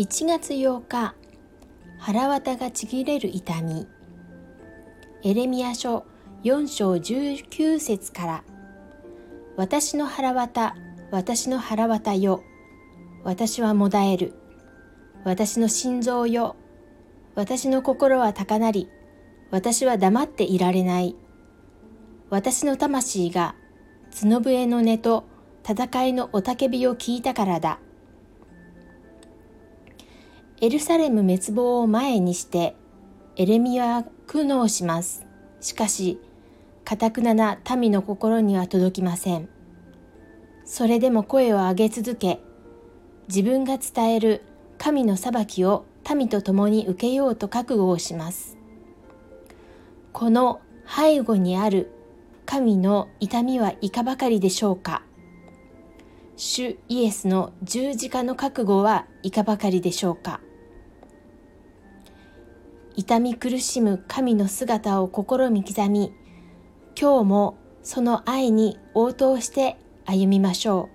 1月8日、腹渡がちぎれる痛み。エレミヤ書4章19節から、私の腹渡、私の腹渡よ、私はもだえる。私の心臓よ、私の心は高鳴り、私は黙っていられない。私の魂が角笛の音と戦いの雄たけびを聞いたからだ。エルサレム滅亡を前にしてエレミヤは苦悩します。しかし、頑なな民の心には届きません。それでも声を上げ続け、自分が伝える神の裁きを民と共に受けようと覚悟をします。この背後にある神の痛みはいかばかりでしょうか。主イエスの十字架の覚悟はいかばかりでしょうか。痛み苦しむ神の姿を心に刻み、今日もその愛に応答して歩みましょう。